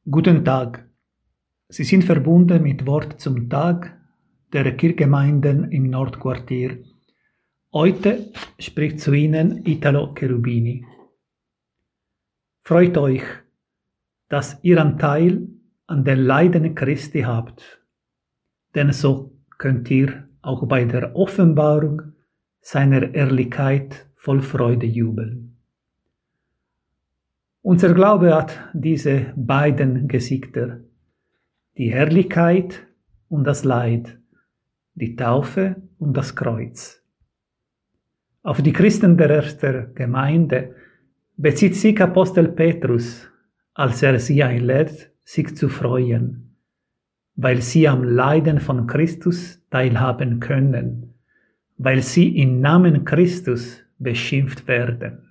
Guten Tag. Sie sind verbunden mit Wort zum Tag der Kirchgemeinden im Nordquartier. Heute spricht zu Ihnen Italo Cherubini. Freut euch, dass ihr Anteil an den Leiden Christi habt, denn so könnt ihr auch bei der Offenbarung seiner Herrlichkeit voll Freude jubeln. Unser Glaube hat diese beiden Gesichter, die Herrlichkeit und das Leid, die Taufe und das Kreuz. Auf die Christen der ersten Gemeinde bezieht sich Apostel Petrus, als er sie einlädt, sich zu freuen, weil sie am Leiden von Christus teilhaben können, weil sie im Namen Christus beschimpft werden.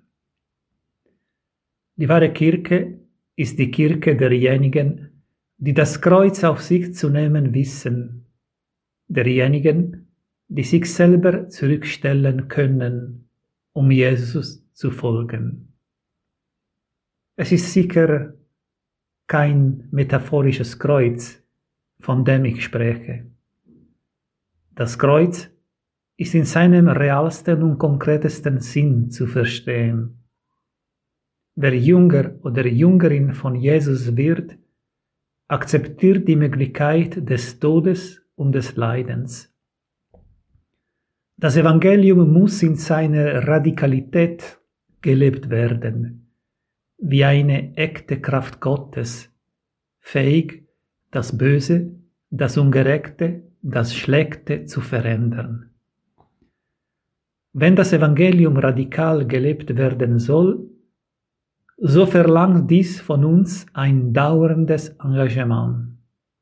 Die wahre Kirche ist die Kirche derjenigen, die das Kreuz auf sich zu nehmen wissen, derjenigen, die sich selber zurückstellen können, um Jesus zu folgen. Es ist sicher kein metaphorisches Kreuz, von dem ich spreche. Das Kreuz ist in seinem realsten und konkretesten Sinn zu verstehen. Wer Jünger oder Jüngerin von Jesus wird, akzeptiert die Möglichkeit des Todes und des Leidens. Das Evangelium muss in seiner Radikalität gelebt werden, wie eine echte Kraft Gottes, fähig, das Böse, das Ungerechte, das Schlechte zu verändern. Wenn das Evangelium radikal gelebt werden soll, so verlangt dies von uns ein dauerndes Engagement.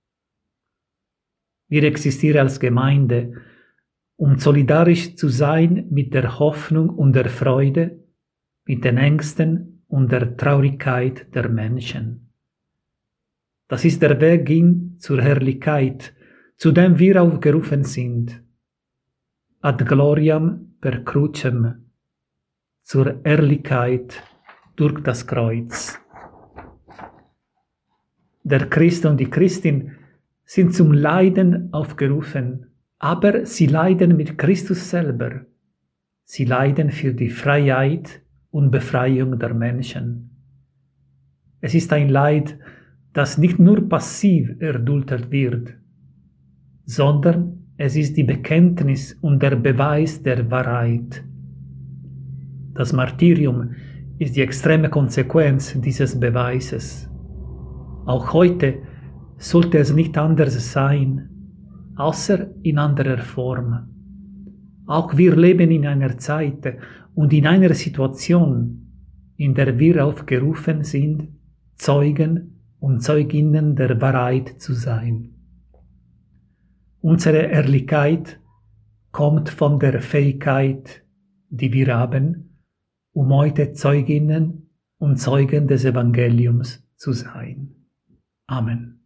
Wir existieren als Gemeinde, um solidarisch zu sein mit der Hoffnung und der Freude, mit den Ängsten und der Traurigkeit der Menschen. Das ist der Weg hin zur Herrlichkeit, zu dem wir aufgerufen sind. Ad gloriam per crucem, zur Herrlichkeit durch das Kreuz. Der Christ und die Christin sind zum Leiden aufgerufen, aber sie leiden mit Christus selber. Sie leiden für die Freiheit und Befreiung der Menschen. Es ist ein Leid, das nicht nur passiv erduldet wird, sondern es ist die Bekenntnis und der Beweis der Wahrheit. Das Martyrium ist die extreme Konsequenz dieses Beweises. Auch heute sollte es nicht anders sein, außer in anderer Form. Auch wir leben in einer Zeit und in einer Situation, in der wir aufgerufen sind, Zeugen und Zeuginnen der Wahrheit zu sein. Unsere Ehrlichkeit kommt von der Fähigkeit, die wir haben, um heute Zeuginnen und Zeugen des Evangeliums zu sein. Amen.